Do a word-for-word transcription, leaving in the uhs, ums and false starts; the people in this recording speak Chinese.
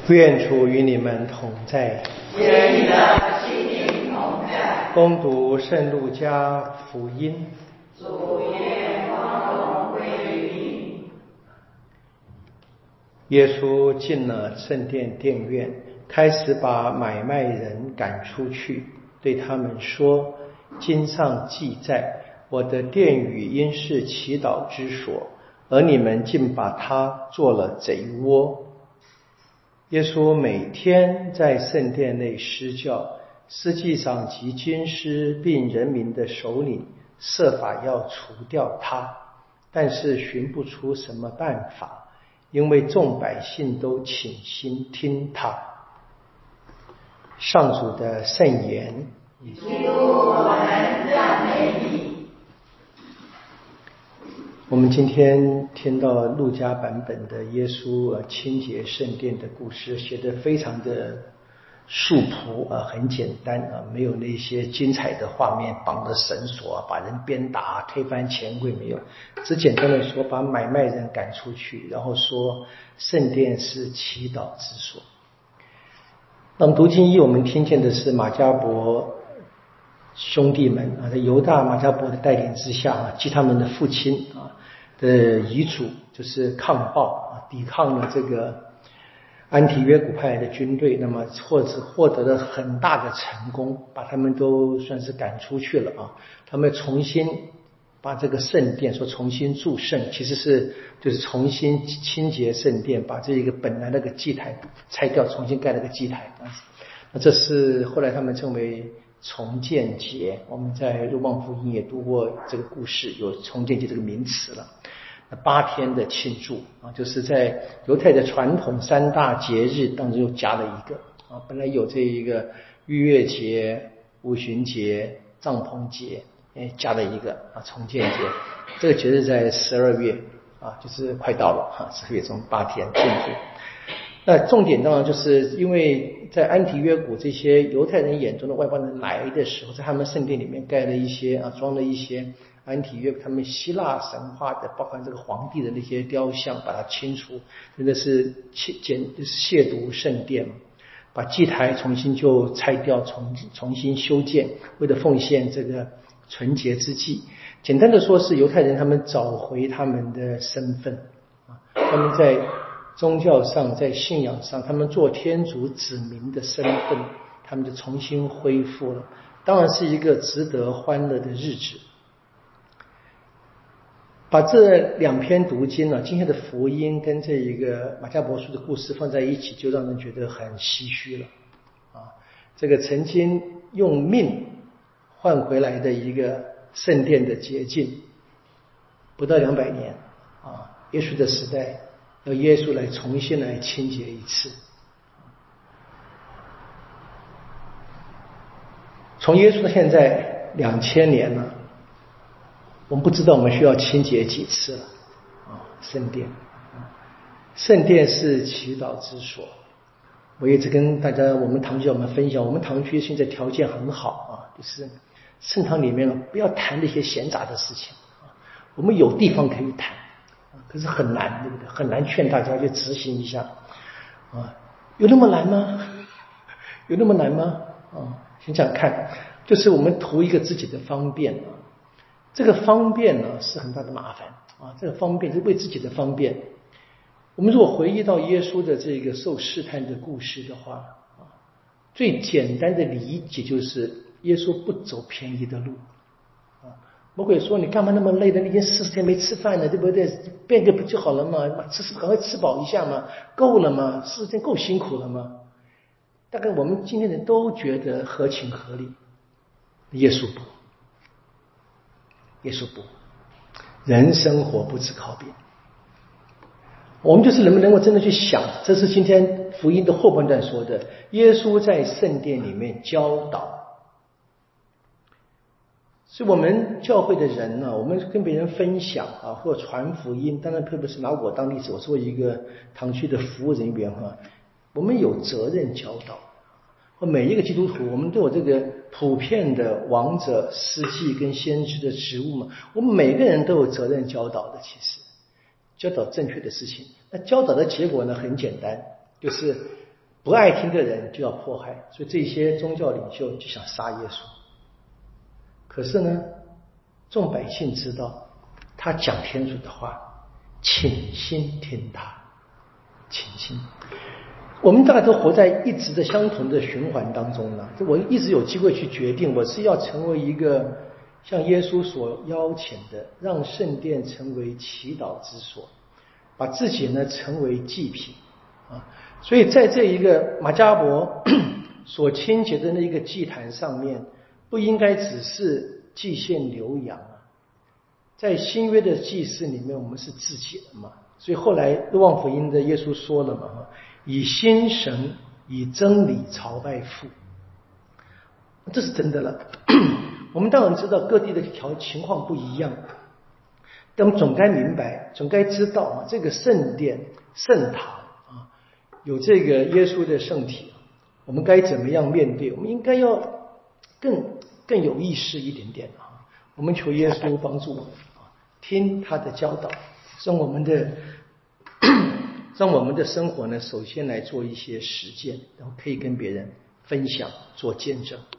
愿主与你们同在， 愿你的心灵同在。 恭读圣路加福音。 主愿光荣归于你。 耶稣进了圣殿殿院，开始把买卖人赶出去，对他们说：经上记载，我的殿宇应是祈祷之所，而你们竟把它做了贼窝。耶稣每天在圣殿内施教，司祭长及经师并人民的首领设法要除掉他，但是寻不出什么办法，因为众百姓都倾心听他。上主的圣言。 基督，我们赞美你。 我们今天听到路加版本的耶稣呃清洁圣殿的故事，写得非常的素朴啊，很简单啊，没有那些精彩的画面，绑着绳索啊，把人鞭打，推翻钱柜，没有，只简单的说把买卖人赶出去，然后说圣殿是祈祷之所。那么读经一，我们听见的是马加伯兄弟们啊，在犹大马加伯的带领之下啊，继他们的父亲啊的遗嘱，就是抗暴啊，抵抗了这个安提约古派的军队，那么或者获得了很大的成功，把他们都算是赶出去了啊。他们重新把这个圣殿说重新筑圣，其实是就是重新清洁圣殿，把这一个本来那个祭台拆掉，重新盖了个祭台。那这是后来他们称为重建节，我们在若望福音也读过这个故事，有重建节这个名词了。那八天的庆祝啊，就是在犹太的传统三大节日当中又加了一个啊，本来有这一个逾越节、五旬节、帐篷节，哎，加了一个啊重建节。这个节日在十二月啊，就是快到了哈，十二月中八天庆祝。那重点当然就是因为在安提约谷这些犹太人眼中的外邦人来的时候，在他们圣殿里面盖了一些啊，装了一些安提约他们希腊神话的，包含这个皇帝的那些雕像，把它清除，真的是简亵渎圣殿，把祭台重新就拆掉，重重新修建，为了奉献这个纯洁之祭。简单的说是犹太人他们找回他们的身份啊，他们在宗教上，在信仰上，他们做天主子民的身份，他们就重新恢复了，当然是一个值得欢乐的日子。把这两篇读经呢，今天的福音跟这一个马加伯书的故事放在一起，就让人觉得很唏嘘了啊！这个曾经用命换回来的一个圣殿的洁净，不到两百年啊，耶稣的时代，要耶稣来重新来清洁一次。从耶稣到现在两千年了，我们不知道我们需要清洁几次了啊！圣殿，圣殿是祈祷之所。我一直跟大家，我们堂区我们分享，我们堂区现在条件很好啊，就是圣堂里面不要谈那些闲杂的事情啊，我们有地方可以谈，可是很难，对不对？很难劝大家去执行一下啊，有那么难吗？有那么难吗？啊，想想看，就是我们图一个自己的方便啊。这个方便呢是很大的麻烦啊！这个方便是为自己的方便。我们如果回忆到耶稣的这个受试探的故事的话啊，最简单的理解就是耶稣不走便宜的路啊。魔鬼说：“你干嘛那么累的？你已经四十天没吃饭了，对不对？变个不就好了嘛？吃吃赶快吃饱一下嘛，够了吗？四十天够辛苦了吗？”大概我们今天人都觉得合情合理，耶稣不。耶稣不，人生活不只靠边。我们就是能不能够真的去想，这是今天福音的后半段说的，耶稣在圣殿里面教导。所以我们教会的人呢、啊，我们跟别人分享啊，或传福音，当然特别是拿我当例子，我作为一个堂区的服务人员哈、啊，我们有责任教导。每一个基督徒，我们都有这个普遍的王者、司祭跟先知的职务嘛。我们每个人都有责任教导的，其实教导正确的事情。那教导的结果呢，很简单，就是不爱听的人就要迫害，所以这些宗教领袖就想杀耶稣。可是呢，众百姓知道他讲天主的话，倾心听他，倾心。我们大家都活在一直的相同的循环当中呢。我一直有机会去决定，我是要成为一个像耶稣所邀请的，让圣殿成为祈祷之所，把自己呢成为祭品啊。所以在这一个马加伯所清洁的那个祭坛上面，不应该只是祭献牛羊啊。在新约的祭祀里面，我们是自己的嘛，所以后来若望福音的耶稣说了嘛，以心神以真理朝拜父，这是真的了。我们当然知道各地的条情况不一样，但我们总该明白，总该知道啊，这个圣殿圣堂啊，有这个耶稣的圣体，我们该怎么样面对？我们应该要更更有意识一点点啊。我们求耶稣帮助我们啊，听他的教导，让我们的让我们的生活呢，首先来做一些实践，然后可以跟别人分享，做见证。